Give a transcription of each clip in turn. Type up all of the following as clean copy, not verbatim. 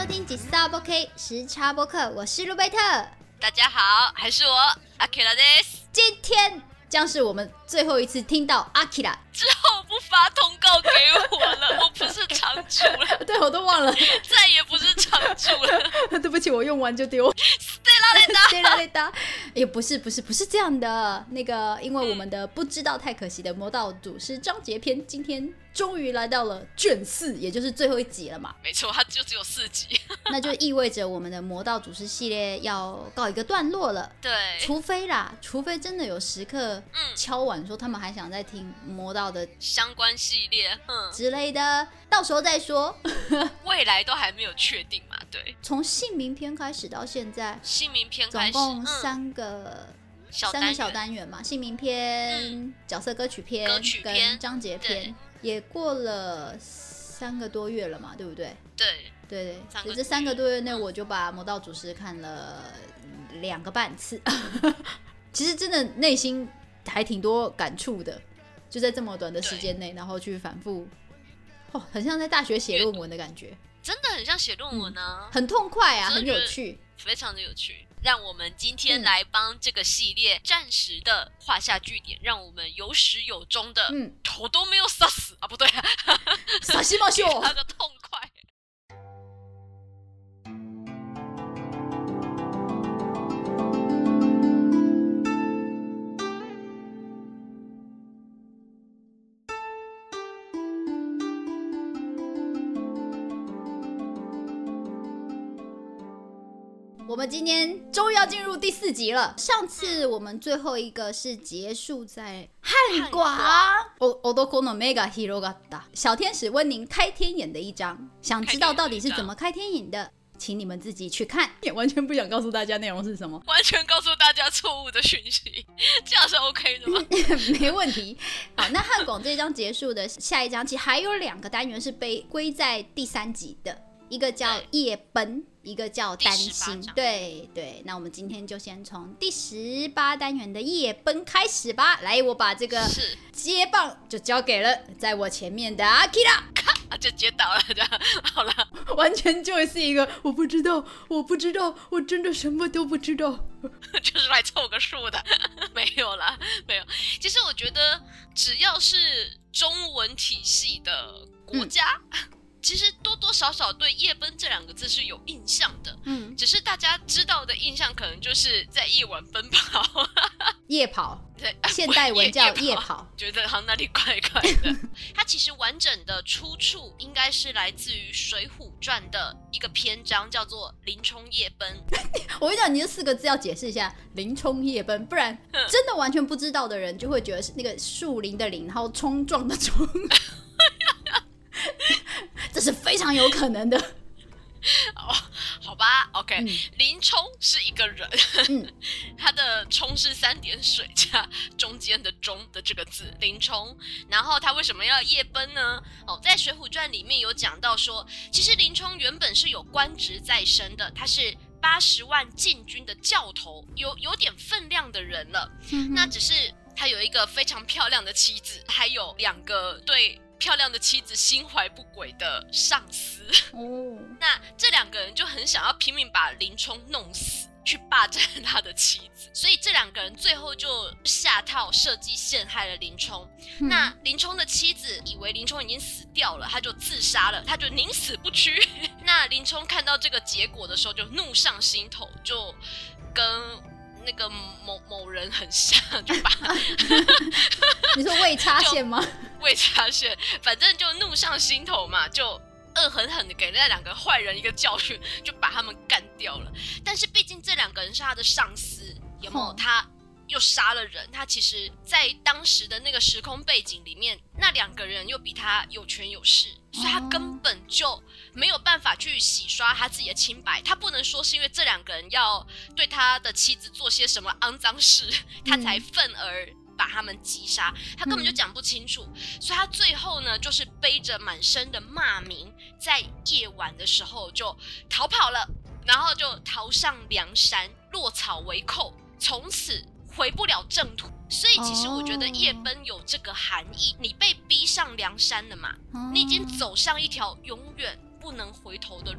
听吉萨播 K 时差播客，我是路贝特。 大家好，还是我阿基拉です。 今天将是我们最后一次听到阿基拉， 之后不发通告给我了，我不是常驻了。 对，我都忘了， 再也不是常驻了。 对不起，我用完就丢。Stella Leda， 也不是这样的。那个，因为我们的不知道太可惜的魔道祖师章节篇，今天终于来到了卷4，也就是最后一集了嘛。 没错，它就只有4集。 那就意味着我们的魔道祖师系列要告一个段落了。 对， 除非真的有时刻敲碗说他们还想再听魔道的相关系列之类的，到时候再说。 未来都还没有确定嘛。对， 从姓名篇开始到现在， 姓名篇开始总共3个小单元嘛，姓名篇、角色歌曲篇跟章节篇，也过了3个多月了嘛，对不对？对，所以这3个多月内，我就把魔道祖师看了2个半次。其实真的内心还挺多感触的，就在这么短的时间内，然后去反复，很像在大学写论文的感觉， 真的很像写论文啊， 很痛快啊，很有趣， 非常的有趣。让我们今天来帮这个系列暂时的画下句点，让我们有始有终的，头都没有杀死啊，不对啊， 杀死ましょう， 那个痛快。 我们今天终于要进入第4集了。上次我们最后一个是结束在汉寡男の目が広がった小天使温宁开天眼的一章。想知道到底是怎么开天眼的，请你们自己去看。也完全不想告诉大家内容是什么， 完全告诉大家错误的讯息，这样是 OK 的吗？ 没问题。好，那汉广这一章结束的下一章，其实还有2个单元是被归在第3集的，一个叫夜奔，一个叫担心。对，那我们今天就先从第18单元的夜奔开始吧。来，我把这个接棒就交给了在我前面的阿基拉， 就接到了，这样好了， 完全就是一个我不知道，我真的什么都不知道， 就是来凑个数的，没有啦，没有。其实我觉得，只要是中文体系的国家。其实多多少少对夜奔这2个字是有印象的，只是大家知道的印象可能就是在夜晚奔跑， 夜跑， 对， 现代文叫夜跑， 觉得好像哪里怪怪的。它其实完整的出处应该是来自于《水浒传》的一个篇章，叫做《林冲夜奔》。 我跟你讲，你这4个字要解释一下，林冲夜奔，不然真的完全不知道的人就会觉得是那个树林的林，然后冲撞的冲。这是非常有可能的。 好吧 OK，林冲是一个人，他的冲是3点水加中间的中的这个字，林冲。然后他为什么要夜奔呢？在《水浒传》里面有讲到说，其实林冲原本是有官职在身的，他是80万禁军的教头，有点分量的人了。那只是他有一个非常漂亮的妻子，还有2个对漂亮的妻子心怀不轨的上司。那这2个人就很想要拼命把林冲弄死，去霸占他的妻子，所以这2个人最后就下套设计陷害了林冲。那林冲的妻子以为林冲已经死掉了，他就自杀了，他就宁死不屈。那林冲看到这个结果的时候就怒上心头，就跟那个某人很像，就把你说未插线吗？ 未插线，反正就怒上心头嘛，就恶狠狠的给那2个坏人一个教训，就把他们干掉了。但是毕竟这2个人是他的上司，有没有？他又杀了人，他其实在当时的那个时空背景里面，那2个人又比他有权有势，所以他根本就没有办法去洗刷他自己的清白。他不能说是因为这2个人要对他的妻子做些什么肮脏事，他才愤而把他们击杀，他根本就讲不清楚。所以他最后呢，就是背着满身的骂名，在夜晚的时候就逃跑了，然后就逃上梁山，落草为寇，从此回不了正途。所以其实我觉得夜奔有这个含义，你被逼上梁山了嘛，你已经走上一条永远不能回头的路了，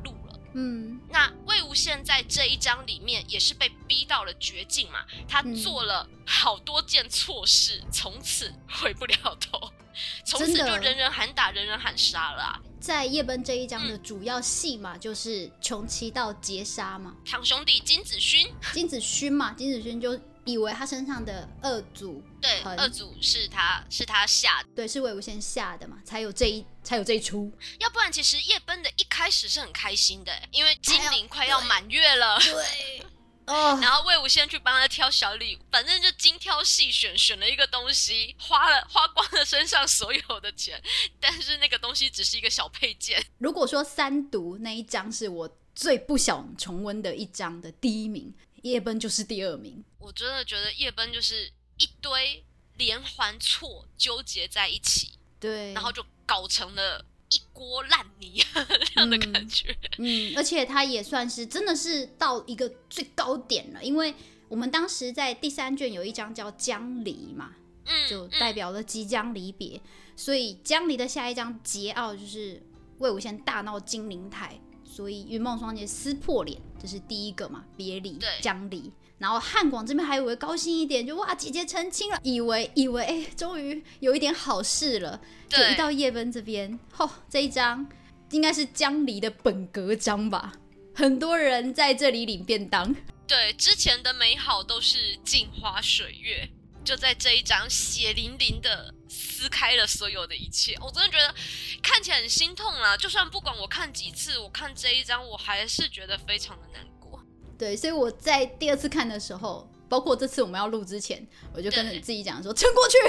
那魏无羡在这一章里面也是被逼到了绝境嘛，他做了好多件错事，从此回不了头，从此就人人喊打人人喊杀了啊。 在夜奔这一章的主要戏嘛，就是穷奇道劫杀嘛， 堂兄弟金子勋嘛，金子勋就以为他身上的二祖， 对，二祖是他下的， 对，是魏无羡下的嘛，才有这一出。 要不然其实夜奔的一开始是很开心的，因为金陵快要满月了， 对。 然后魏无羡去帮他挑小礼物，反正就精挑细选，选了一个东西，花光了身上所有的钱，但是那个东西只是一个小配件。 如果说三毒那一章是我最不想重温的一章的第一名，夜奔就是第二名。 我真的觉得夜奔就是一堆连环错纠结在一起， 对， 然后就搞成了一锅烂泥这样的感觉。 而且它也算是真的是到一个最高点了，因为我们当时在第3卷有一章叫将离嘛，就代表了即将离别，所以将离的下一章桀骜就是魏无羡大闹金陵台，所以云梦双节撕破脸，这是第一个嘛，别离将离。然后汉广这边还以为高兴一点，就哇姐姐成亲了，以为终于有一点好事了，就一到夜奔这边，这一章应该是将离的本格章吧，很多人在这里领便当。 对，之前的美好都是镜花水月，就在这一章血淋淋的撕开了所有的一切。我真的觉得看起来很心痛啦，就算不管我看几次，我看这一章我还是觉得非常的难过。 对，所以我在第二次看的时候，包括这次我们要录之前，我就跟着自己讲说，撑过去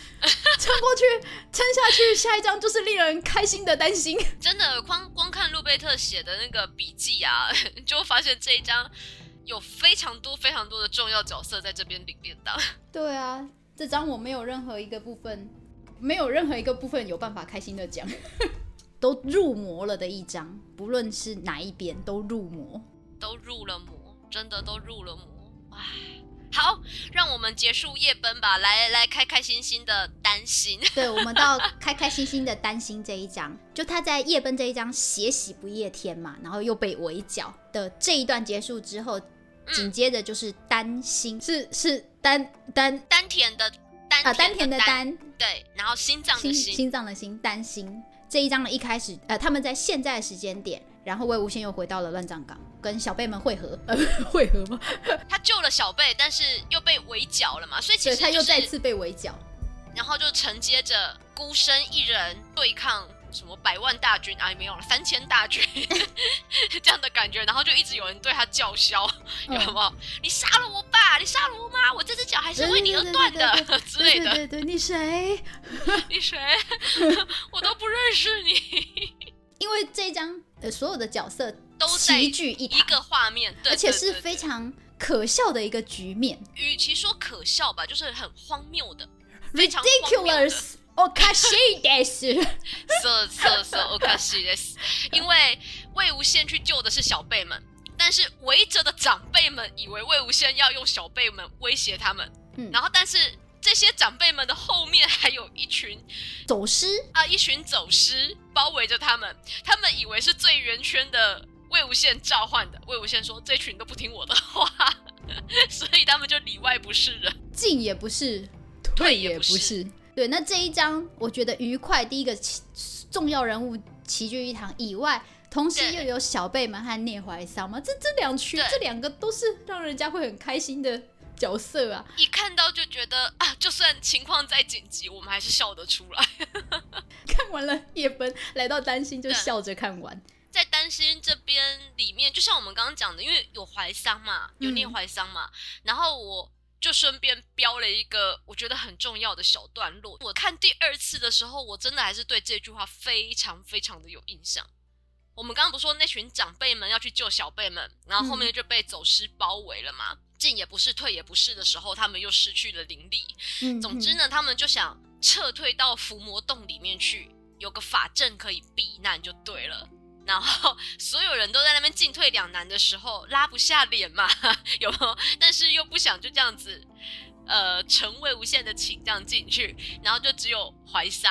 撑下去，下一章就是令人开心的担心。 真的光看路贝特写的那个笔记啊，就发现这一章有非常多的重要角色在这边领便当。 对啊，这章我没有任何一个部分有办法开心的讲。都入魔了的一章，不论是哪一边都入魔， 真的都入了魔。好，让我们结束夜奔吧，来开开心心的担心。 对，我们到开开心心的担心这一章，就他在夜奔这一章血洗不夜天嘛，然后又被围剿的这一段结束之后，紧接着就是担心，是丹田的丹， 对，然后心脏的心，担心。这一章的一开始，他们在现在的时间点，然后魏无羡又回到了乱葬岗，跟小辈们会合，会合吗？ 他救了小辈，但是又被围剿了嘛，所以其实、 他又再次被围剿， 然后就承接着孤身一人对抗什么100万大军没有了3000大军这样的感觉，然后就一直有人对他叫嚣，有没有？你杀了我爸，你杀了我妈，我这只脚还是为你而断的之类的。 对，你谁？ 你谁？我都不认识你。 因为这一章所有的角色都齐聚一个画面，对， 而且是非常可笑的一个局面。 与其说可笑吧，就是很荒谬的，非常荒谬的。おかしいです。 おかしいです。因为魏无羡去救的是小辈们，但是围着的长辈们以为魏无羡要用小辈们威胁他们，然后但是这些长辈们的后面还有一群走失包围着他们，他们以为是最圆圈的魏无羡召唤的。魏无羡说这群都不听我的话，所以他们就里外不是人， 进也不是，退也不是。对，那这一章我觉得愉快，第一个重要人物齐聚一堂以外，同时又有小辈们和聂怀桑嘛，这两个都是让人家会很开心的角色啊！ 一看到就觉得就算情况再紧急，我们还是笑得出来。 看完了夜奔，来到担心就笑着看完。 在担心这边里面，就像我们刚刚讲的，因为有怀桑嘛，有聂怀桑嘛，然后我就顺便标了一个我觉得很重要的小段落。我看第2次的时候，我真的还是对这句话非常非常的有印象。我们刚刚不是说那群长辈们要去救小辈们，然后后面就被走失包围了嘛，进也不是退也不是的时候，他们又失去了灵力。总之呢，他们就想撤退到伏魔洞里面去，有个法阵可以避难就对了。然后所有人都在那边进退两难的时候，拉不下脸嘛，有没有？但是又不想就这样子，成魏无羡的情这样进去，然后就只有怀桑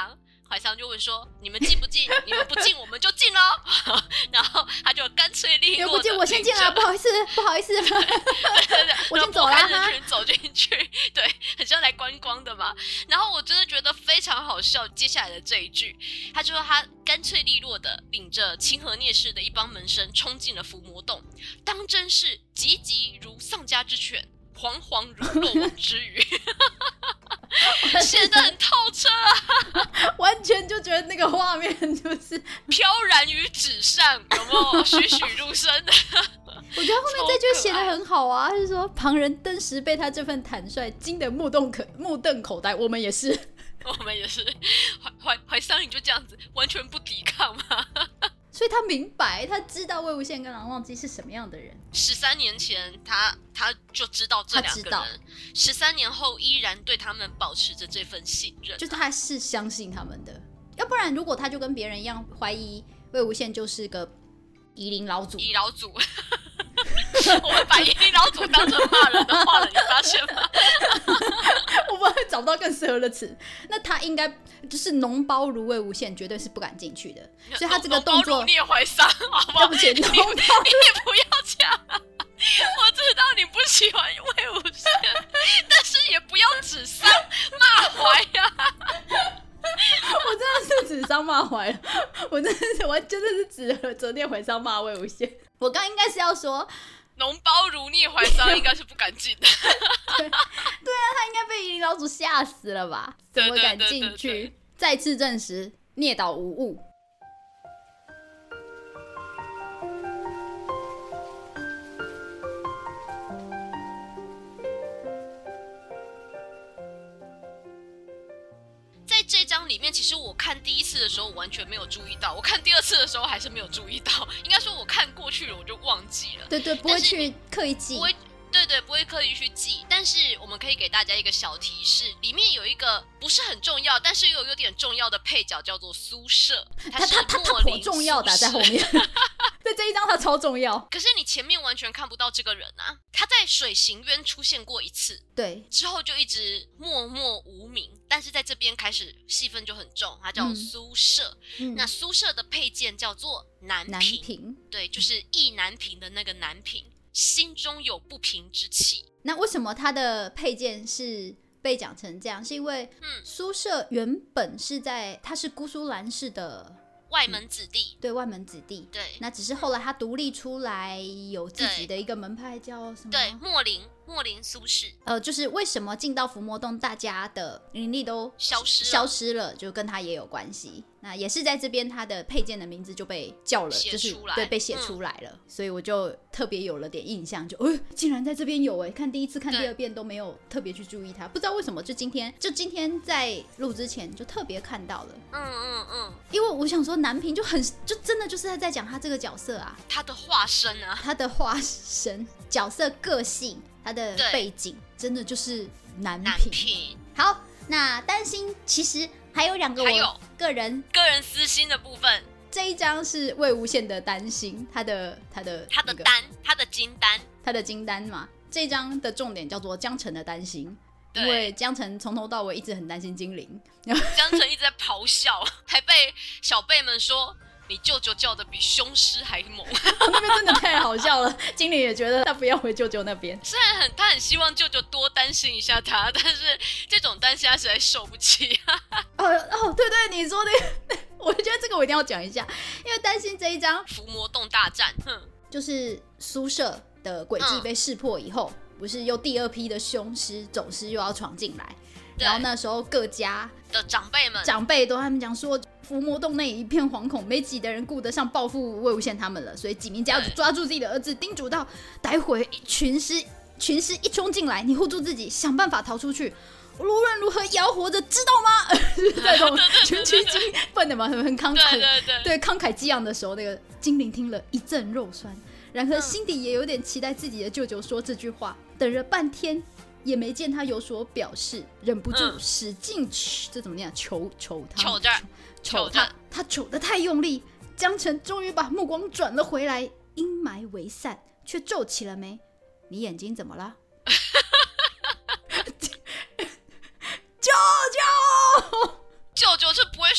怀桑就问说：“你们进不进？你们不进，我们就进喽。”然后他就干脆利落的：“ 不进，我先进了，不好意思，不好意思。” 对， 我先走了。 人群走进去，对，很像来观光的嘛。然后我真的觉得非常好笑，接下来的这一句，他就说他干脆利落的领着清河聂氏的一帮门生冲进了伏魔洞，当真是急急如丧家之犬，惶惶如落网之鱼。写得很透彻啊， 完全就觉得那个画面就是飘然于纸上，有没有栩栩如生的？ 我觉得后面这句写得很好啊，就是说旁人登时被他这份坦率惊得目瞪口呆，我们也是， 怀桑你就这样子完全不抵抗吗？ 所以他明白，他知道魏无羡跟郎忘机是什么样的人。 13年前他就知道这两个人，13年后依然对他们保持着这份信任， 就他是相信他们的。要不然如果他就跟别人一样怀疑魏无羡就是个夷陵老祖，我们把夷陵老祖当成骂人的话了，你发现吗？我们找不到更适合的词。那他应该就是脓包如魏无羡，绝对是不敢进去的。所以他这个动作， 脓包如聂怀桑，好不好？ 对不起，你也不要讲。我知道你不喜欢魏无羡，但是也不要指桑骂槐呀。 我真的是指桑骂槐了，我真的是指责聂怀桑骂魏无羡。我刚应该是要说脓包如聂怀桑应该是不敢进的。 对啊，他应该被夷陵老祖吓死了吧？怎么敢进去？再次证实聂导无误。 在这章里面，其实我看第一次的时候我完全没有注意到，我看第二次的时候还是没有注意到，应该说我看过去了我就忘记了。 对，不会去刻意记， 不会刻意去记。但是我们可以给大家一个小提示，里面有一个不是很重要，但是又有点重要的配角，叫做苏舍。他颇重要的在后面。在这一章他超重要， 可是你前面完全看不到这个人啊。他在水行渊出现过一次， 对， 之后就一直默默无名，但是在这边开始戏份就很重，他叫苏舍。那苏舍的配件叫做南平，对，就是意难平的那个南平，心中有不平之气。 那为什么他的配件是被讲成这样？是因为苏舍原本他是姑苏蓝氏的外门子弟， 对，外门子弟， 对。 那只是后来他独立出来，有自己的一个门派，叫什么？ 对，莫林苏氏。 就是为什么进到伏魔洞，大家的灵力都消失了，就跟他也有关系。那也是在这边，他的配件的名字就被叫了，就是对，被写出来了。所以我就特别有了点印象，就竟然在这边有看第一次看第二遍都没有特别去注意他，不知道为什么，就今天在录之前就特别看到了。因为我想说南平就真的就是在讲他这个角色啊， 他的化身啊， 他的化身角色个性，他的背景真的就是南平。好，那担心其实还有两个我个人私心的部分。 这一章是魏无羡的担心，他的金丹嘛。这一章的重点叫做江澄的担心，因为江澄从头到尾一直很担心精灵， 江澄一直在咆哮，还被小辈们说你舅舅叫的比凶狮还猛。 那边真的太好笑了，精灵也觉得他不要回舅舅那边。 虽然他很希望舅舅多担心一下他，但是这种担心他实在受不起。 对，你说的，我觉得这个我一定要讲一下，因为担心这一章伏魔洞大战， 就是苏舍的诡计被识破以后，不是又第二批的凶狮走狮又要闯进来，然后那时候各家的长辈都他们讲说，伏魔洞内一片惶恐，没几的人顾得上报复魏无羡他们了，所以几名家主抓住自己的儿子，叮嘱道：待会群狮一冲进来，你护住自己，想办法逃出去，无论如何也要活着，知道吗？这种群起激愤的嘛，很慷慨，对，慷慨激昂的时候，那个精灵听了一阵肉酸，然而心底也有点期待自己的舅舅说这句话，等了半天也没见他有所表示，忍不住使劲这怎么念？瞅他，他瞅得太用力，江澄终于把目光转了回来，阴霾为散，却皱起了眉。你眼睛怎么了？ 舅舅是不会说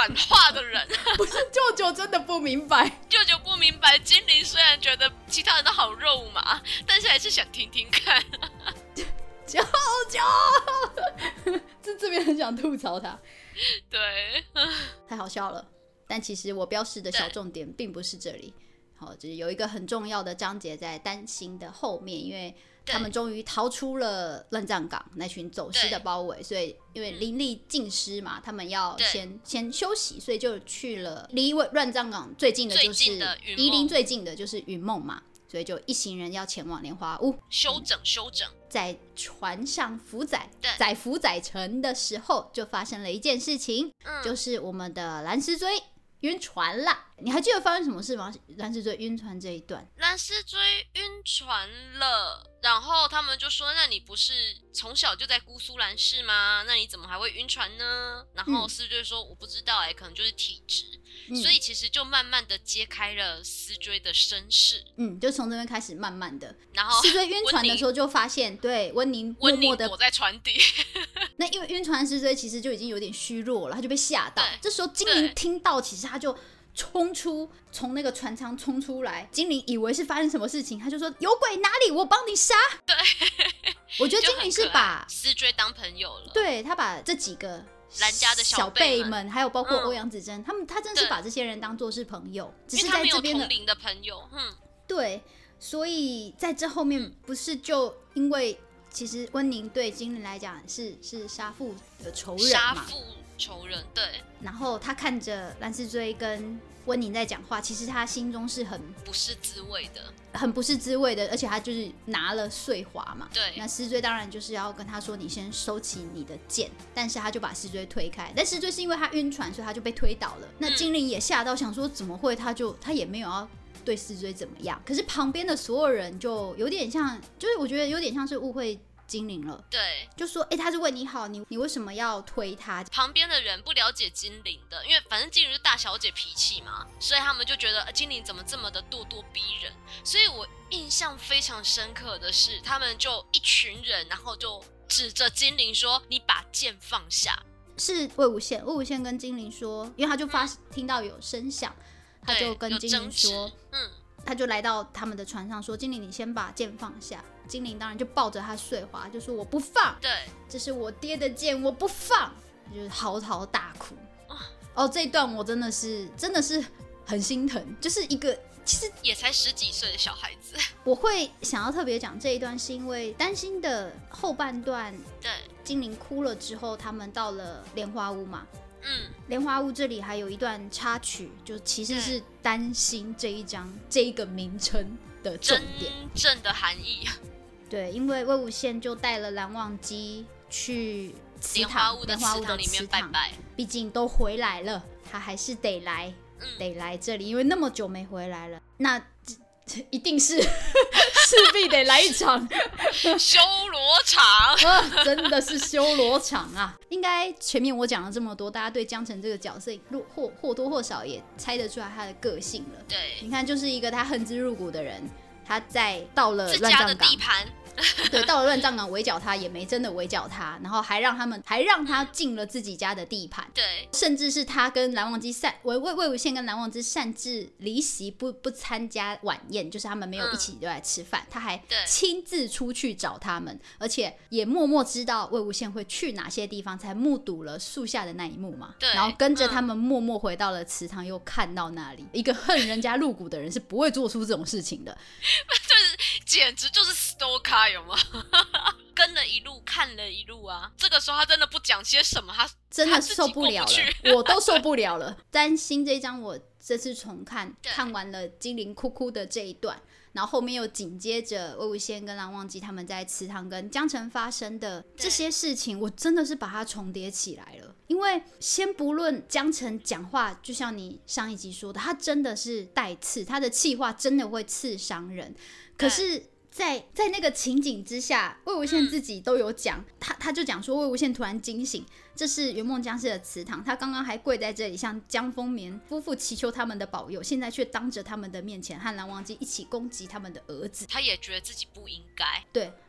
反话的人。 不是，舅舅真的不明白， 舅舅不明白精灵虽然觉得其他人都好肉麻，但是还是想听听看。 舅舅这边很想吐槽他， 对， 太好笑了。但其实我标示的小重点并不是这里，好，就是有一个很重要的章节在丹心的后面，因为他们终于逃出了乱葬岗那群走失的包围，所以因为灵力尽失嘛，他们要先休息，所以就去了离乱葬岗最近的就是夷陵最近的就是云梦嘛，所以就一行人要前往莲花屋休整。 在船上载浮载沉的时候，就发生了一件事情，就是我们的蓝丝锥晕船了。你还记得发生什么事吗？蓝丝锥晕船这一段， 蓝丝锥晕船了，然后他们就说：“那你不是从小就在姑苏兰市吗？那你怎么还会晕船呢？”然后丝锥说：“我不知道可能就是体质。”所以其实就慢慢的揭开了丝锥的身世。就从这边开始慢慢的，然后丝锥晕船的时候就发现，对，温宁默默的躲在船底。 那因为晕船丝锥其实就已经有点虚弱了，他就被吓到。这时候精灵听到，其实他就从那个船舱冲出来，精灵以为是发生什么事情，他就说有鬼哪里，我帮你杀。 对， 我觉得精灵是把丝锥当朋友了。 对，他把这几个蓝家的小辈们，还有包括欧阳子珍，他真的是把这些人当作是朋友，只是在这边因为他们有同龄的朋友。 对，所以在这后面不是就因为其实温宁对精灵来讲是杀父的仇人嘛， 杀父仇人，对。 然后他看着蓝丝锥跟温宁在讲话，其实他心中是很不是滋味的， 而且他就是拿了碎华嘛。 对。 那丝锥当然就是要跟他说，你先收起你的剑，但是他就把丝锥推开。但丝锥是因为他晕船，所以他就被推倒了。那精灵也吓到，想说怎么会？他也没有要对丝锥怎么样。可是旁边的所有人就有点像，就是我觉得有点像是误会精灵了。 对， 就说他是为你好，你为什么要推他？ 旁边的人不了解精灵的，因为反正精灵是大小姐脾气嘛，所以他们就觉得精灵怎么这么的咄咄逼人。所以我印象非常深刻的是，他们就一群人，然后就指着精灵说：“你把剑放下。” 是魏无羡跟精灵说，因为他就听到有声响，他就跟精灵说，他就来到他们的船上说：“精灵，你先把剑放下。”精灵当然就抱着他碎华，就说：“我不放， 对， 这是我爹的剑，我不放。”就是嚎啕大哭。这一段我真的是很心疼，就是一个其实也才10几岁的小孩子。 我会想要特别讲这一段，是因为担心的后半段， 对， 精灵哭了之后，他们到了莲花屋嘛。莲花屋这里还有一段插曲，就其实是担心这一章这一个名称的重点， 真正的含义。 对，因为魏无羡就带了蓝忘机去莲花屋的祠堂里面拜拜， 毕竟都回来了，他还是得来这里，因为那么久没回来了，那一定是势必得来一场修罗场。 真的是修罗场啊！应该前面我讲了这么多，大家对江澄这个角色或多或少也猜得出来他的个性了。 对， 你看，就是一个他恨之入骨的人，他到了乱葬岗， 自家的地盘。 对，到了乱葬岗围剿他，也没真的围剿他，然后还让他进了自己家的地盘。 对， 甚至是他跟蓝忘机魏无羡跟蓝忘机擅自离席，不参加晚宴，就是他们没有一起来吃饭，他还亲自出去找他们，而且也默默知道魏无羡会去哪些地方，才目睹了树下的那一幕嘛。 对， 然后跟着他们默默回到了祠堂，又看到那里。一个恨人家入骨的人是不会做出这种事情的。 就是简直就是 stalker， 有吗？跟了一路看了一路啊，这个时候他真的不讲些什么，他真的受不了了，我都受不了了。担心这一章我这次重看完了精灵哭哭的这一段，然后后面又紧接着魏无羡跟蓝忘机他们在祠堂跟江澄发生的这些事情，我真的是把它重叠起来了。因为先不论江澄讲话，就像你上一集说的，他真的是带刺，他的气话真的会刺伤人。可是在那个情景之下，魏无羡自己都有讲，他就讲说魏无羡突然惊醒，这是圆梦江氏的祠堂，他刚刚还跪在这里向江丰眠夫妇祈求他们的保佑，现在却当着他们的面前和蓝忘机一起攻击他们的儿子， 他也觉得自己不应该。 对，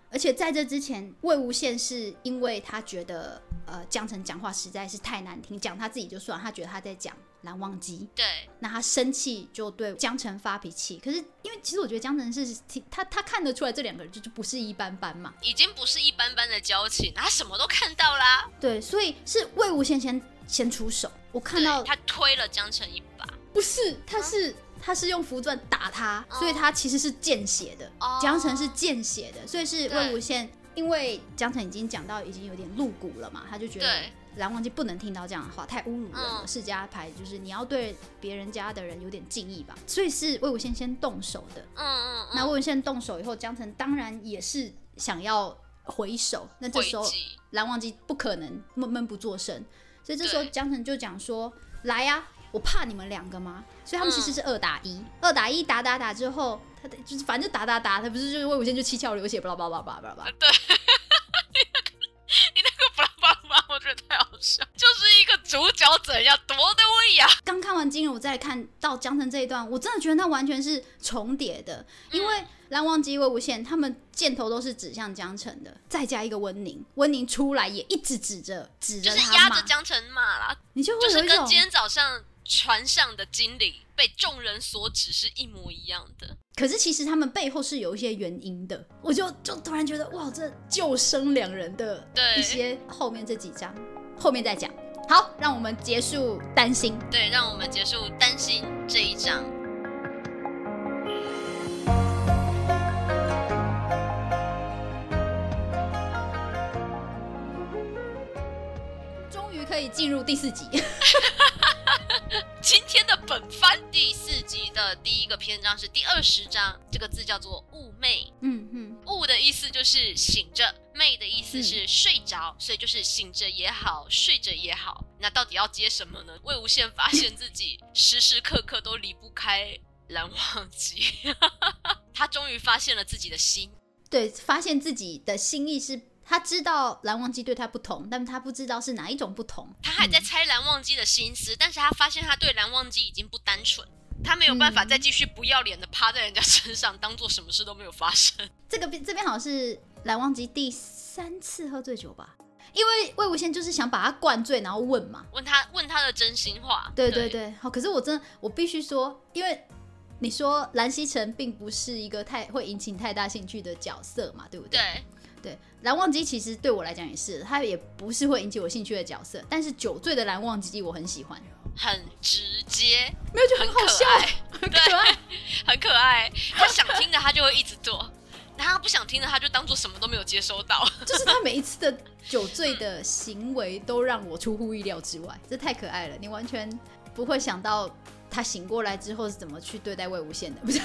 而且在这之前，魏无羡是因为他觉得江澄讲话实在是太难听，讲他自己就算，他觉得他在讲蓝忘机， 对， 那他生气就对江澄发脾气。可是因为其实我觉得江澄是他看得出来这两个人就不是一般般嘛， 已经不是一般般的交情，他什么都看到啦。 对，所以是魏无羡先出手，我看到他推了江澄一把， 不是，他是用符篆打他，所以他其实是见血的，江澄是见血的，所以是魏无羡，因为江澄已经讲到已经有点露骨了嘛，他就觉得蓝忘机不能听到这样的话，太侮辱人了。世家牌就是你要对别人家的人有点敬意吧，所以是魏无羡先动手的。那魏无羡动手以后，江澄当然也是想要回手，那这时候蓝忘机不可能闷不作声，所以这时候江澄就讲说：“来呀、我怕你们两个吗？”所以他们其实是2打1，2打1打之后，他就是反正就打，他不是就是魏无羡就七窍流血，巴拉巴拉巴拉巴拉巴拉。 对，你那个巴拉巴拉巴拉，我觉得太好笑，就是一个主角怎样多的位呀。 刚看完金人，我再看到江澄这一段，我真的觉得那完全是重叠的，因为蓝忘机、魏无羡他们箭头都是指向江澄的，再加一个温宁出来也一直指着他骂， 就是压着江澄骂啦， 你就会有一种就是跟今天早上船上的经理被众人所指是一模一样的。 可是其实他们背后是有一些原因的，我就突然觉得哇，这救生两人的一些后面这几章后面再讲。好，让我们结束担心。 对，让我们结束担心这一章。 终于可以进入第4集。 今天的本番第4集的第一个篇章是第20章，这个字叫做寤寐。寤的意思就是醒着，寐的意思是睡着，所以就是醒着也好，睡着也好。那到底要接什么呢？魏无羡发现自己时时刻刻都离不开蓝忘机，他终于发现了自己的心。 对，发现自己的心意是。他知道蓝忘机对他不同，但他不知道是哪一种不同。 他还在猜蓝忘机的心思，但是他发现他对蓝忘机已经不单纯，他没有办法再继续不要脸的趴在人家身上，当做什么事都没有发生。 这边好像是蓝忘机第3次喝醉酒吧，因为魏无羡就是想把他灌醉，然后问嘛， 问他的真心话。 对。好，可是我必须说，因为你说蓝曦臣并不是一个会引起太大兴趣的角色嘛，对不对？对，蓝忘机其实对我来讲也是，他也不是会引起我兴趣的角色，但是酒醉的蓝忘机我很喜欢， 很直接， 没有就很好笑，很可爱， 很可爱。他想听的他就会一直做，但他不想听的他就当做什么都没有接收到。 就是他每一次的酒醉的行为都让我出乎意料之外，这太可爱了，你完全不会想到他醒过来之后是怎么去对待魏无羡的，不是？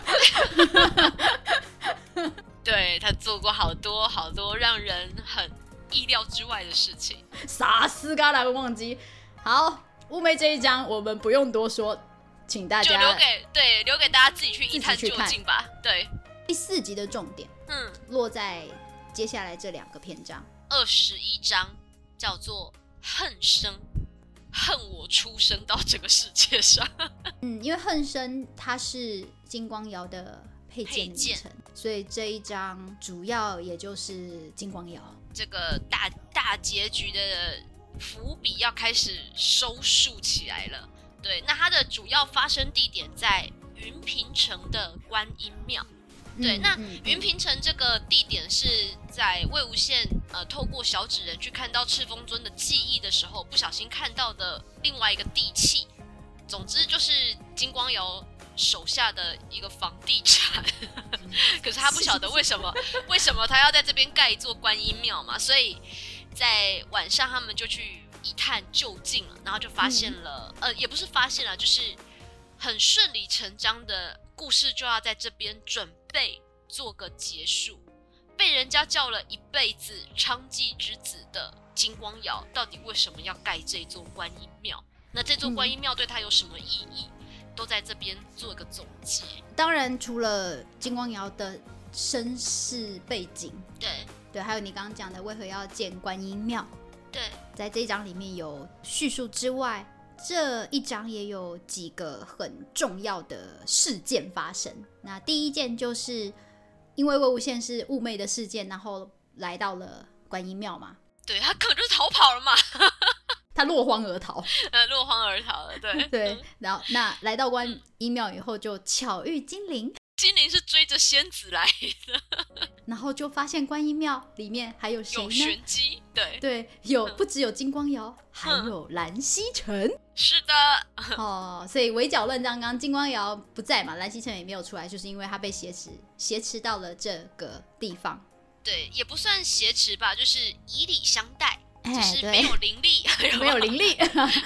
对，他做过好多好多让人很意料之外的事情。 傻斯嘎蓝忘机。好，寤寐这一章我们不用多说，请大家就留给大家自己去一探究竟吧。对， 第4集的重点，落在接下来这2个篇章。 21章叫做恨生，恨我出生到这个世界上。 因为恨生它是金光瑶的配件名称，所以这一章主要也就是金光瑶这个大结局的伏笔要开始收束起来了。对，那它的主要发生地点在云平城的观音庙。对，那云平城这个地点是在魏无羡透过小纸人去看到赤峰尊的记忆的时候，不小心看到的另外一个地契。总之就是金光瑶手下的一个房地产，可是他不晓得为什么他要在这边盖一座观音庙嘛，所以在晚上他们就去一探究竟了，然后就发现了，也不是发现了，就是很顺理成章的故事就要在这边准备做个结束。被人家叫了一辈子娼妓之子的金光瑶，到底为什么要盖这座观音庙？那这座观音庙对他有什么意义？都在这边做个总结。 当然，除了金光瑶的身世背景，对，还有你刚刚讲的为何要建观音庙， 对， 在这一章里面有叙述之外，这一章也有几个很重要的事件发生。那第一件就是因为魏无羡是寤寐的事件，然后来到了观音庙嘛。 对，他根本就是逃跑了嘛。 他落荒而逃。 落荒而逃了，对。 对，然后那来到观音庙以后，就巧遇精灵。 精灵是追着仙子来的， 然后就发现观音庙里面还有谁呢？ 有玄机，对对，不只有金光瑶，还有蓝曦臣。 是的。 哦，所以围剿乱葬岗，金光瑶不在嘛，蓝曦臣也没有出来，就是因为他被挟持到了这个地方。 对，也不算挟持吧，就是以礼相待，就是没有灵力， 没有灵力。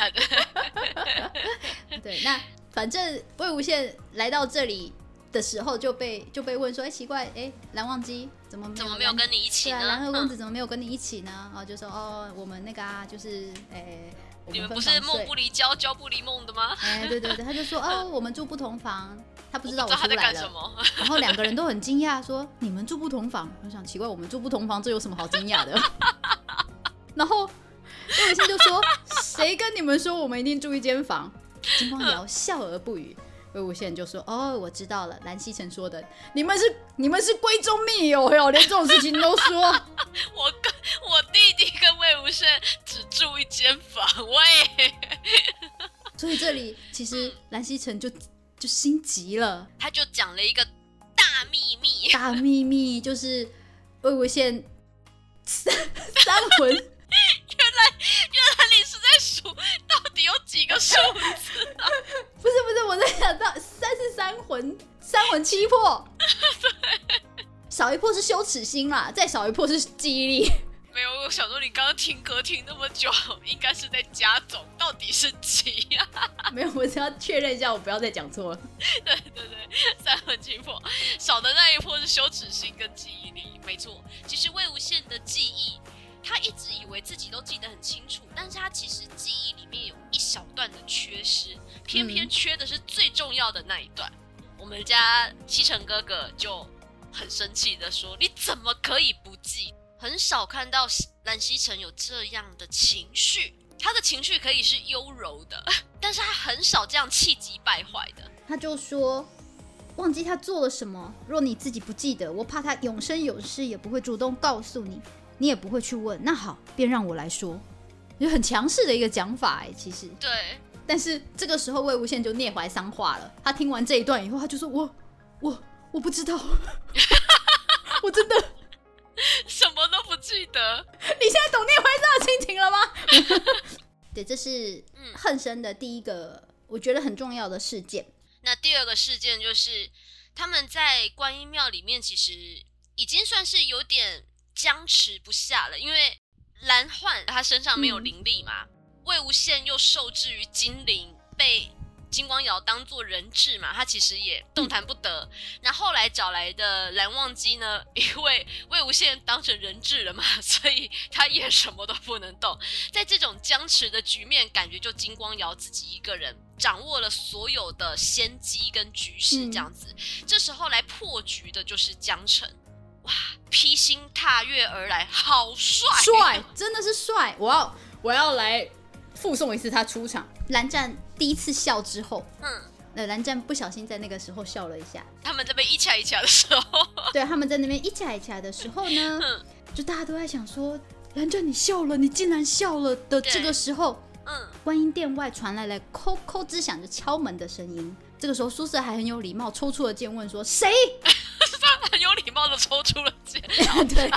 对，那反正魏无羡来到这里的时候就被问说，奇怪，蓝忘机怎么没有跟你一起呢？对啊，蓝河公子怎么没有跟你一起呢？然后就说我们那个就是你们不是梦不离交，交不离梦的吗？ 对，他就说我们住不同房，他不知道我出来了。 他在干什么？ 然后两个人都很惊讶，说你们住不同房。我想奇怪，我们住不同房，这有什么好惊讶的？然后魏无羡就说，谁跟你们说我们一定住一间房？金光瑶笑而不语。魏无羡就说，我知道了，蓝曦臣说的，你们是闺中密友哟，连这种事情都说。 我弟弟跟魏无羡只住一间房，喂。 所以这里其实蓝曦臣就心急了， 他就讲了一个大秘密。 大秘密就是魏无羡三魂。 原来你是在数到底有几个数字啊？ 不是，我在想到三魂七魄。少一魄是羞耻心啦，再少一魄是记忆力。 没有，我想说你刚刚听歌听那么久，应该是在加总，到底是几啊？ 没有，我只要确认一下，我不要再讲错了。 对，三魂七魄，少的那一魄是羞耻心跟记忆力，没错。其实魏无羡的记忆，他一直以为自己都记得很清楚，但是他其实记忆里面有一小段的缺失，偏偏缺的是最重要的那一段。我们家曦臣哥哥就很生气的说，你怎么可以不记？很少看到蓝曦臣有这样的情绪，他的情绪可以是优柔的，但是他很少这样气急败坏的。 他就说，忘记他做了什么，若你自己不记得，我怕他永生永世也不会主动告诉你，你也不会去问，那好，便让我来说。就很强势的一个讲法其实。 对。 但是这个时候魏无羡就聂怀桑化了，他听完这一段以后，他就说，我不知道。我真的什么都不记得。 你现在懂聂怀桑的心情了吗？对，这是恨生的第一个我觉得很重要的事件。 那第二个事件就是他们在观音庙里面其实已经算是有点僵持不下了，因为蓝焕他身上没有灵力嘛，魏无羡又受制于金陵，被金光瑶当作人质嘛，他其实也动弹不得。那后来找来的蓝忘机呢，因为魏无羡当成人质了嘛，所以他也什么都不能动。在这种僵持的局面，感觉就金光瑶自己一个人掌握了所有的先机跟局势这样子。这时候来破局的就是江澄，哇，披星踏月而来，好帅， 真的是帅！我要来附送一次他出场。蓝湛第一次笑之后，蓝湛不小心在那个时候笑了一下。 他们在那边一掐一掐的时候， 对，他们在那边一掐一掐的时候呢，就大家都在想说，蓝湛你笑了，你竟然笑了的这个时候，观音殿外传来了叩叩之响，就敲门的声音。这个时候苏轼还很有礼貌抽出了剑问说，谁？ 他很有礼貌的抽出了剑。 对。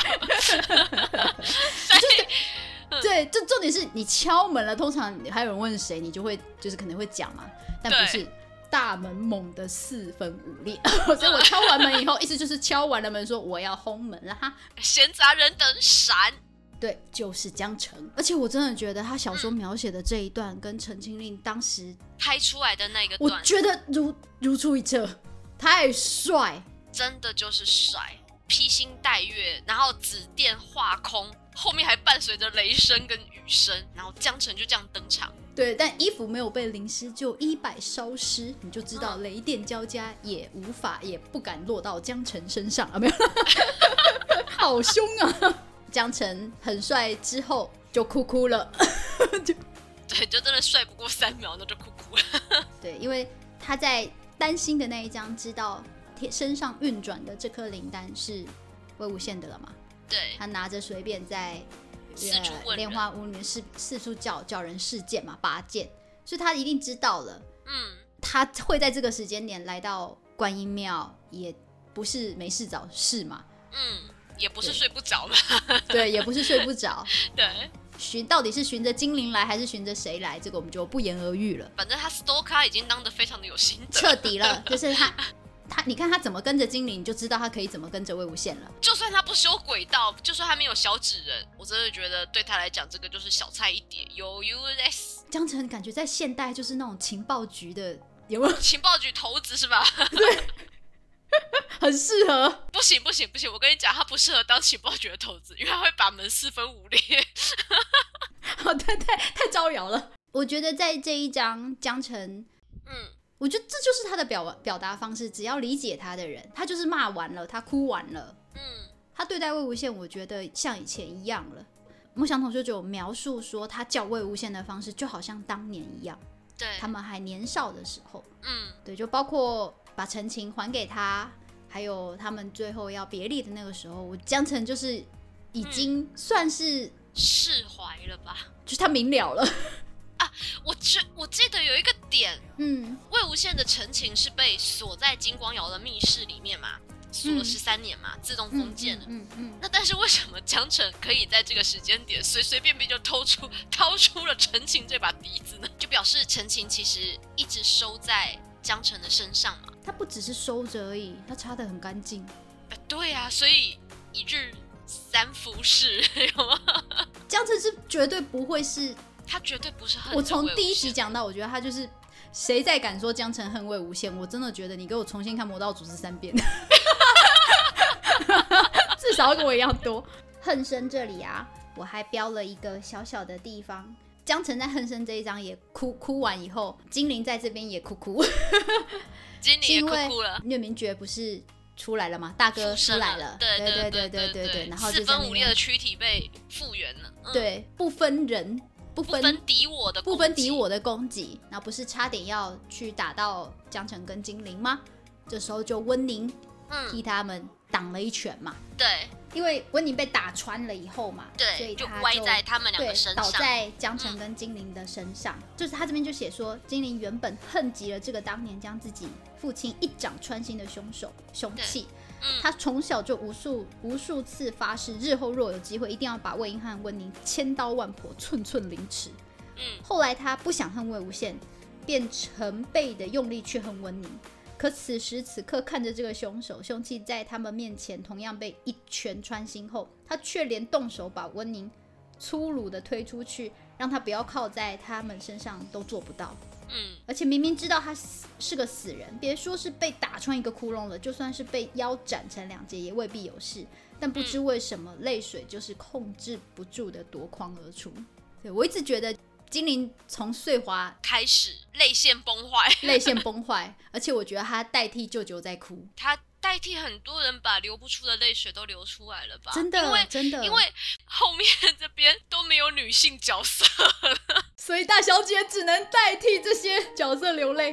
对，就重点是你敲门了，通常还有人问谁，你就会就是可能会讲嘛，但不是大门猛的4分5裂，所以我敲完门以后，意思就是敲完了门说我要轰门了哈， 闲杂人等闪。 对，就是江澄。而且我真的觉得他小说描写的这一段跟陈情令当时拍出来的那个段， 我觉得如出一辙，太帅， 真的就是帅，披星戴月，然后紫电画空，后面还伴随着雷声跟雨声，然后江澄就这样登场。 对，但衣服没有被淋湿，就衣摆烧湿，你就知道雷电交加也无法也不敢落到江澄身上啊！没有，好凶啊！江澄很帅之后就哭了， 对，就真的帅不过3秒，那就哭了。 对，因为他在担心的那一章知道身上运转的这颗灵丹是魏无羡的了嘛？ 对， 他拿着随便在莲花屋里面四处叫人示剑嘛，拔剑，所以他一定知道了。他会在这个时间点来到观音庙，也不是没事找事嘛。 也不是睡不着嘛。 对，也不是睡不着。 对， 到底是循着精灵来还是循着谁来，这个我们就不言而喻了。 反正他 stalker 已经当得非常的有心得， 彻底了。就是他你看他怎么跟着精灵，你就知道他可以怎么跟着魏无羡了。 就算他不修轨道，就算他没有小纸人，我真的觉得对他来讲，这个就是小菜一碟，有 US。 江澄感觉在现代就是那种情报局的，有没有？ 情报局头子是吧？ 对。很适合。 不行，我跟你讲，他不适合当情报局的头子，因为他会把门四分五裂。 对，太招摇了。我觉得在这一章江澄，我觉得这就是他的表达方式。只要理解他的人，他就是骂完了，他哭完了。他对待魏无羡，我觉得像以前一样了。梦想统就有描述说，他叫魏无羡的方式就好像当年一样， 对， 他们还年少的时候。对，就包括把陈情还给他，还有他们最后要别离的那个时候，我江澄就是已经算是释怀了吧， 就是他明了了。 我记得有一个点，魏无羡的陈情是被锁在金光瑶的密室里面嘛，锁了13年嘛，自动封建了。那但是为什么江澄可以在这个时间点随随便便就掏出了陈情这把笛子呢？就表示陈情其实一直收在江澄的身上嘛。 他不只是收着而已，他擦得很干净。 对啊，所以一日三服侍，有吗？ 江澄是绝对不会是。 他绝对不是恨。 我从第一集讲到，我觉得他就是谁再敢说江澄恨魏无羡，我真的觉得你给我重新看《魔道祖师3遍，至少要跟我一样多。恨生这里啊，我还标了一个小小的地方。江澄在恨生这一章也哭完以后，精灵在这边也哭， 精灵也哭了。 岳明觉不是出来了吗？大哥出来了， 对， 然后 4分5裂的躯体被复原了。 对，不分人。不分敌我的攻击，然后不是差点要去打到江澄跟精灵吗？这时候就温宁替他们挡了一拳嘛。 对， 因为温宁被打穿了以后嘛， 对， 所以他就歪在他们两个身上， 倒在江澄跟精灵的身上。就是他这边就写说，精灵原本恨极了这个当年将自己父亲一掌穿心的凶器。他从小就无数次发誓，日后若有机会，一定要把魏婴和温宁千刀万剮，寸寸凌迟。后来他不想恨魏无羡，便成倍的用力去恨温宁。可此时此刻看着这个凶器在他们面前同样被一拳穿心后，他却连动手把温宁粗鲁的推出去，让他不要靠在他们身上都做不到。而且明明知道他是个死人，别说是被打穿一个窟窿了，就算是被腰斩成2截也未必有事。但不知为什么，泪水就是控制不住的夺眶而出。对，我一直觉得精灵从穗华开始泪腺崩坏， 而且我觉得他代替舅舅在哭， 他代替很多人把流不出的泪水都流出来了吧？ 真的， 因为后面这边都没有女性角色了， 所以大小姐只能代替这些角色流泪。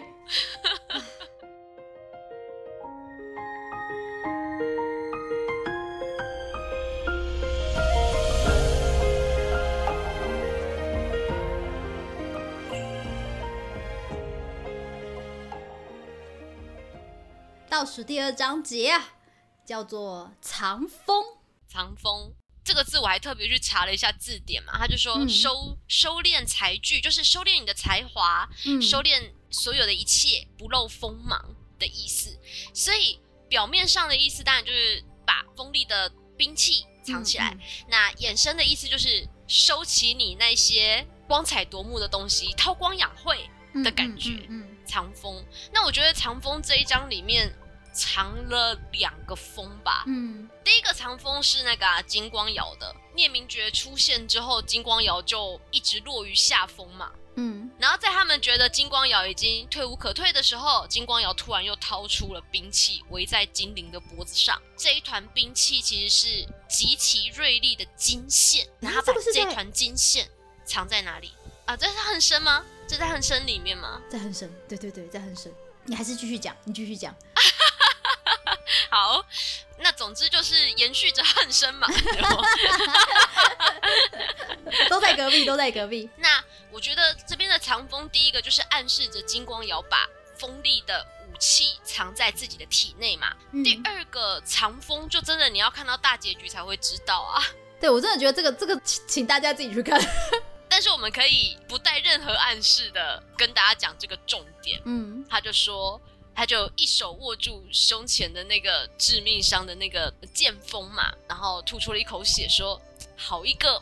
倒数第2章节啊，叫做藏锋。 藏锋这个字我还特别去查了一下字典嘛，他就说收敛才具，就是收敛你的才华，收敛所有的一切，不露锋芒的意思。所以表面上的意思当然就是把锋利的兵器藏起来，那衍生的意思就是收起你那些光彩夺目的东西，韬光养晦的感觉。藏锋，那我觉得藏锋这一章里面藏了2个锋吧。第一个藏锋是那个金光瑶的，聂明觉出现之后，金光瑶就一直落于下风嘛。然后在他们觉得金光瑶已经退无可退的时候，金光瑶突然又掏出了兵器，围在精灵的脖子上。这一团兵器其实是极其锐利的金线，然后他把这团金线藏在哪里啊？这是恨生吗？这在恨生里面吗？ 在恨生，对，在恨生。你还是继续讲，你继续讲。 好，那总之就是延续着汉声嘛。 都在隔壁，都在隔壁。 那我觉得这边的藏风，第一个就是暗示着金光瑶把锋利的武器藏在自己的体内嘛。第二个藏风，就真的你要看到大结局才会知道啊。 对，我真的觉得这个请大家自己去看。 但是我们可以不带任何暗示的跟大家讲这个重点。他就说，他就一手握住胸前的那个致命伤的那个剑锋嘛，然后吐出了一口血，说：“好一个……”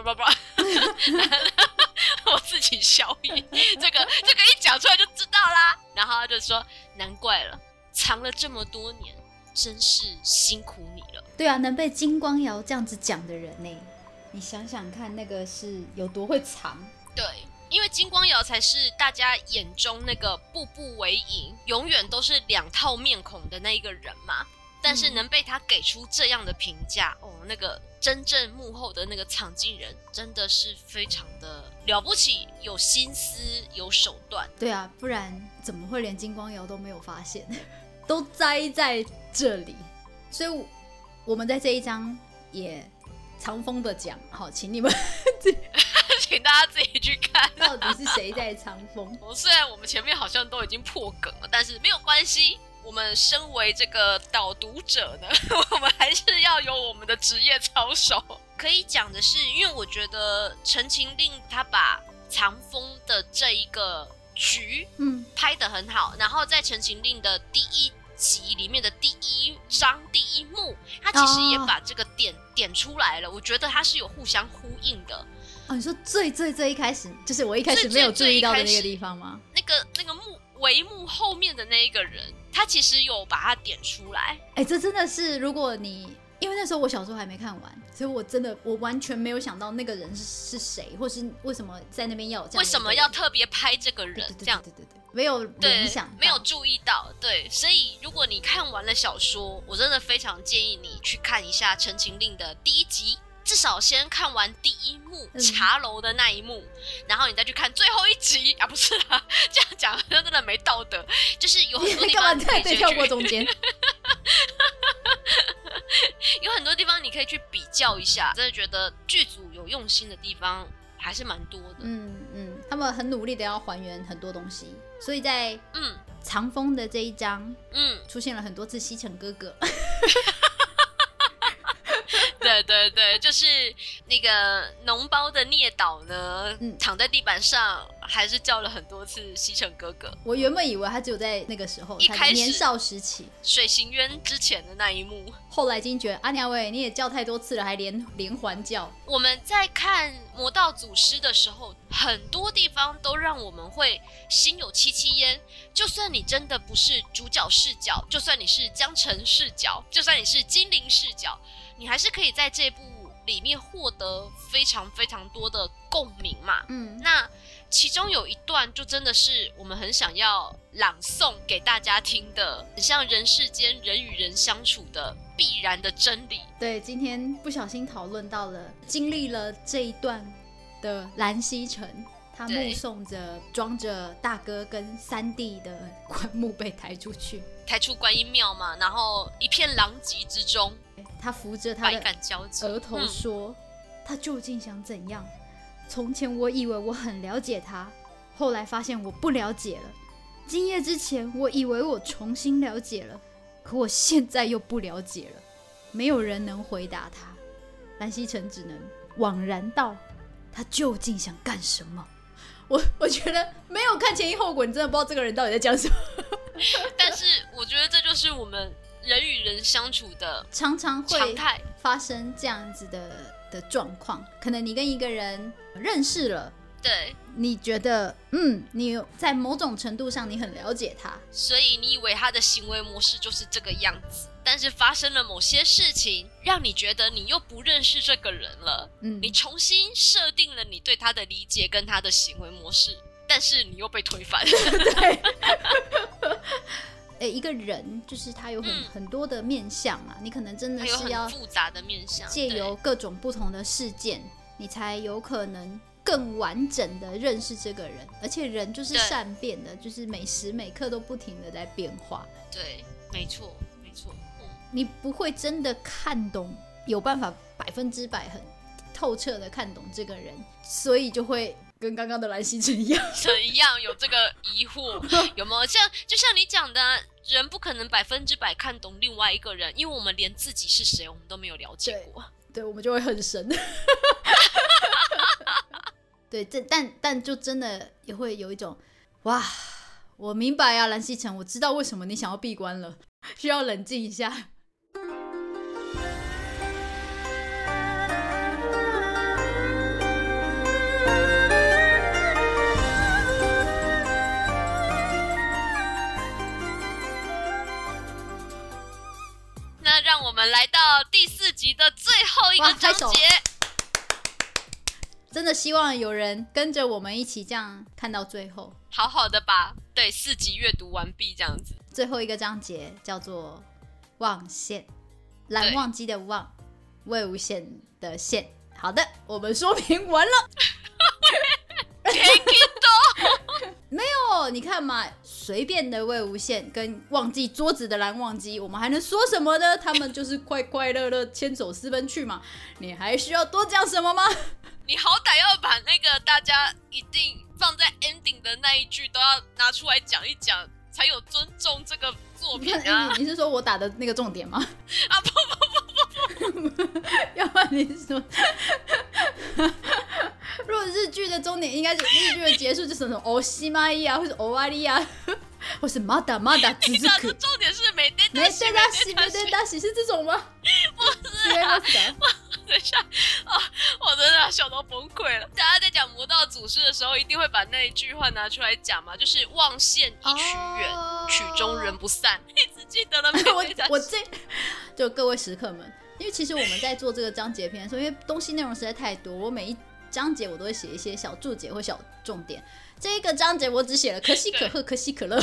我自己消音，这个一讲出来就知道啦。然后他就说：“难怪了，藏了这么多年，真是辛苦你了。” 对啊，能被金光瑶这样子讲的人呢，你想想看，那个是有多会藏。 对，因为金光瑶才是大家眼中那个步步为营，永远都是两套面孔的那一个人嘛。但是能被他给出这样的评价，那个真正幕后的那个藏镜人真的是非常的了不起，有心思，有手段。 对啊，不然怎么会连金光瑶都没有发现，都栽在这里。所以我们在这一章也藏风的讲，好，请你们请大家自己去看到底是谁在藏风。 虽然我们前面好像都已经破梗了，但是没有关系，我们身为这个导读者呢，我们还是要有我们的职业操守。可以讲的是，因为我觉得陈情令他把藏风的这一个局拍得很好，然后在陈情令的第一集里面的第一章第一幕，他其实也把这个点出来了。我觉得他是有互相呼应的。 你说最一开始，就是我一开始没有注意到的那个地方吗？ 那个帷幕后面的那一个人，他其实有把它点出来。 这真的是，如果你因为那时候我小时候还没看完，所以我完全没有想到那个人是谁，或是为什么在那边要有这样， 为什么要特别拍这个人，这样对，没有联想， 没有注意到。对，所以如果你看完了小说，我真的非常建议你去看一下《陈情令》的第一集。至少先看完第一幕茶楼的那一幕，然后你再去看最后一集啊，不是啦，这样讲真的没道德。就是有很多地方你可以去跳过中间， 有很多地方你可以去比较一下。真的觉得剧组有用心的地方还是蛮多的。 他们很努力的要还原很多东西，所以在藏风的这一章，出现了很多次西城哥哥。 对，就是那个脓包的聂导呢，躺在地板上，还是叫了很多次西城哥哥。 我原本以为他只有在那个时候， 一开始年少时期水行渊之前的那一幕， 后来已经觉得阿娘喂，你也叫太多次了，还连环叫。 我们在看《魔道祖师》的时候，很多地方都让我们会心有戚戚焉。就算你真的不是主角视角，就算你是江澄视角，就算你是精灵视角，你还是可以在这部里面获得非常非常多的共鸣嘛。那其中有一段就真的是我们很想要朗诵给大家听的，很像人世间人与人相处的必然的真理。 对，今天不小心讨论到了经历了这一段的蓝曦臣，他目送着装着大哥跟三弟的棺木被抬出去， 抬出观音庙嘛，然后一片狼藉之中， 他扶着他的额头说，他究竟想怎样？从前我以为我很了解他，后来发现我不了解了。今夜之前我以为我重新了解了，可我现在又不了解了。没有人能回答他，蓝曦臣只能惘然道，他究竟想干什么？我觉得没有看前因后果，你真的不知道这个人到底在讲什么。 但是我觉得这就是我们人与人相处的常常会发生这样子的状况。可能你跟一个人认识了， 对， 你觉得你在某种程度上你很了解他， 所以你以为他的行为模式就是这个样子，但是发生了某些事情让你觉得你又不认识这个人了，你重新设定了你对他的理解跟他的行为模式，但是你又被推翻。 对。一个人就是他有很多的面向嘛，你可能真的是要复杂的面向， 借由各种不同的事件，你才有可能更完整的认识这个人。而且人就是善变的，就是每时每刻都不停的在变化。 对，没错。 你不会真的看懂，有办法100%很透彻的看懂这个人，所以就会跟刚刚的蓝曦臣一样有这个疑惑，有没有？就像你讲的，人不可能100%看懂另外一个人，因为我们连自己是谁我们都没有了解过。 对，我们就会很神。对，但就真的也会有一种，哇，我明白啊，蓝曦臣，我知道为什么你想要闭关了，需要冷静一下。 那让我们来到第4集的最后一个章节。 真的希望有人跟着我们一起这样看到最后， 好好的把4集阅读完毕这样子。 最后一个章节叫做望线，蓝忘机的望，魏无羡的羡。好的，我们说明完了。没有，你看嘛，随便的魏无羡跟忘记桌子的蓝忘机，我们还能说什么呢？他们就是快快乐乐牵手私奔去嘛，你还需要多讲什么吗？ 你好歹要把那个大家一定放在 ending 的那一句都要拿出来讲一讲，才有尊重这个作品啊！ 你是说我打的那个重点吗？ 啊不， 要不然你是说，如果日剧的重点应该是日剧的结束，就是什么欧西玛伊啊，或者欧瓦利亚，或是马达马达兹兹克。 重点是没对大喜是这种吗？ 不是啊。等一下我真的笑到崩溃了。大家在讲魔道祖师的时候，一定会把那一句话拿出来讲嘛，就是望线一曲远，曲终人不散。你只记得了没？ 我就各位食客们，因为其实我们在做这个章节篇的时候，因为东西内容实在太多，我每一章节我都会写一些小注解或小重点。这个章节我只写了可喜可贺，可喜可乐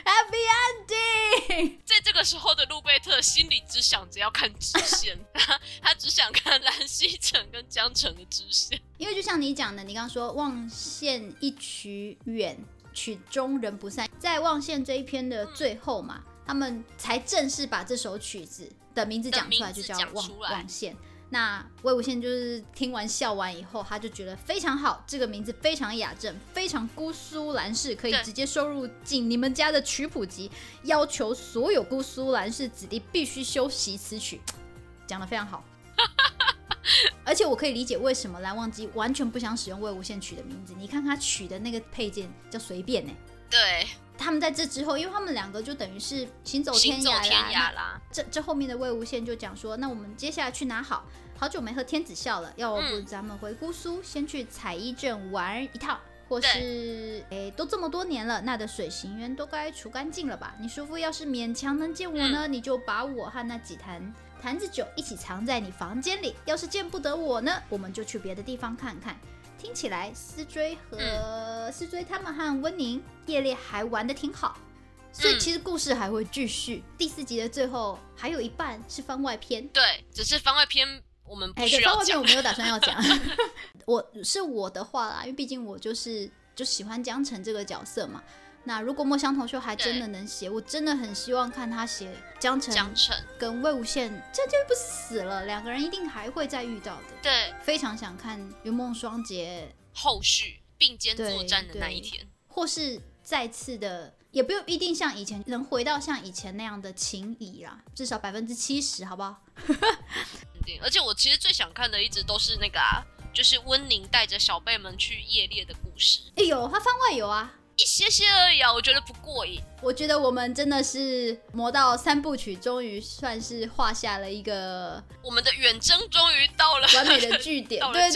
，Happy Ending。 在这个时候的路贝特心里只想着要看支线，他只想看蓝曦臣跟江澄的支线。 因为就像你讲的，你刚刚说望线一曲远，曲终人不散，在望线这一篇的最后嘛，他们才正式把这首曲子的名字讲出来，就叫望线。那魏无羡就是听完笑完以后，他就觉得非常好，这个名字非常雅正，非常姑苏蓝氏，可以直接收入进你们家的曲谱集，要求所有姑苏蓝氏子弟必须修习此曲，讲得非常好。而且我可以理解为什么蓝忘机完全不想使用魏无羡取的名字，你看他取的那个配件叫随便欸。 对， 他们在这之后，因为他们两个就等于是行走天涯啦。这后面的魏无羡就讲说，那我们接下来去哪好久没喝天子笑了，要不咱们回姑苏，先去采衣镇玩一趟，或是都这么多年了，那的水行渊都该除干净了吧？你叔父要是勉强能见我呢，你就把我和那几坛子酒一起藏在你房间里，要是见不得我呢，我们就去别的地方看看。听起来思追他们和温宁夜猎还玩得挺好，所以其实故事还会继续。第4集的最后还有一半是番外篇， 对，只是番外篇我们不需要讲。 番外篇我没有打算要讲。我的话啦，因为毕竟我就喜欢江澄这个角色嘛。那如果墨香铜臭还真的能写，我真的很希望看他写江澄跟魏无羡，这就不死了，两个人一定还会再遇到的。 对， 非常想看云梦双杰后续并肩作战的那一天， 或是再次的，也不一定像以前能回到像以前那样的情谊啦，至少70%，好不好？ 而且我其实最想看的一直都是那个就是温宁带着小辈们去夜猎的故事。 有，他番外有啊。 一些而已啊，我觉得不过瘾。 我觉得我们真的是魔道3部曲终于算是画下了一个我们的远征终于到了完美的句点。对，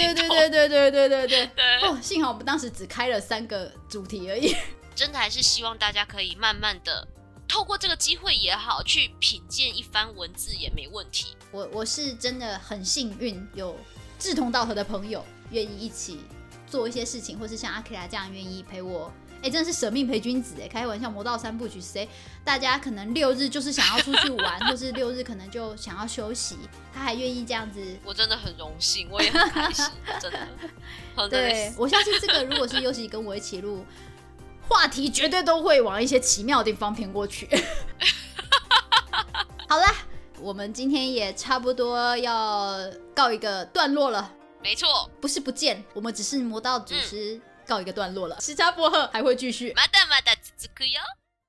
幸好我们当时只开了3个主题而已。 真的还是希望大家可以慢慢的透过这个机会也好，去品鉴一番文字也没问题。 我是真的很幸运，有志同道合的朋友愿意一起做一些事情，或是像阿 Kira 这样愿意陪我。真的是舍命陪君子开玩笑，魔道3部曲大家可能6日就是想要出去玩，或是6日可能就想要休息，他还愿意这样子， 我真的很荣幸，我也很开心，真的。 对，我相信这个如果是优喜跟我一起录，话题绝对都会往一些奇妙的地方偏过去。好啦， 我们今天也差不多要告一个段落了。 没错， 不是不见，我们只是魔道祖师告一个段落了。时差播客还会继续。 まだまだ続くよ。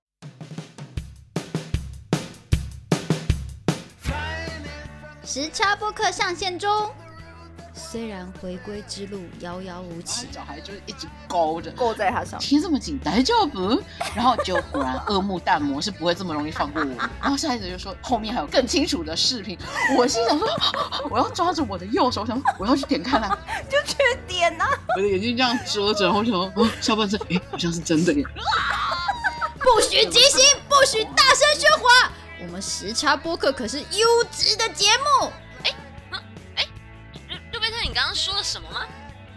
时差播客上线中。虽然回归之路遥遥无期， 脚还就是一直勾着， 勾在他上面， 贴这么紧，大丈夫？然后就果然恶目弹魔是不会这么容易放过我。然后下一次就说后面还有更清楚的视频，我心想说我要抓着我的右手，我想说我要去点看啊， 就去点啊， 我的眼睛这样遮着，然后我想说下半身好像是真的耶。 不许畸形，不许大声喧哗，我们时差播客可是优质的节目。 你刚刚说了什么吗？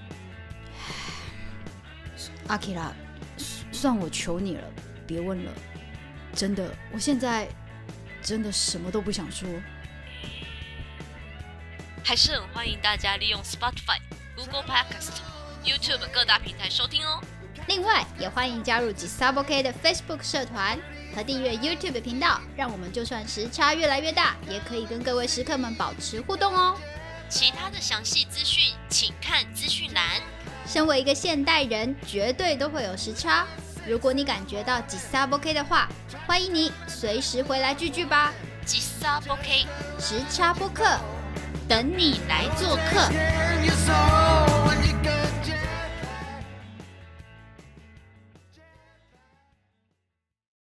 阿基拉，算我求你了，别问了。真的，我现在真的什么都不想说。 还是很欢迎大家利用 Spotify、Google Podcast、YouTube 各大平台收听哦。 另外，也欢迎加入吉萨波 K 的 Facebook 社团和订阅 YouTube 频道，让我们就算时差越来越大，也可以跟各位食客们保持互动哦。 其他的详细资讯请看资讯栏。 身为一个现代人，绝对都会有时差。如果你感觉到吉萨波 K 的话，欢迎你随时回来聚聚吧。 吉萨波 K 时差播客，等你来做客。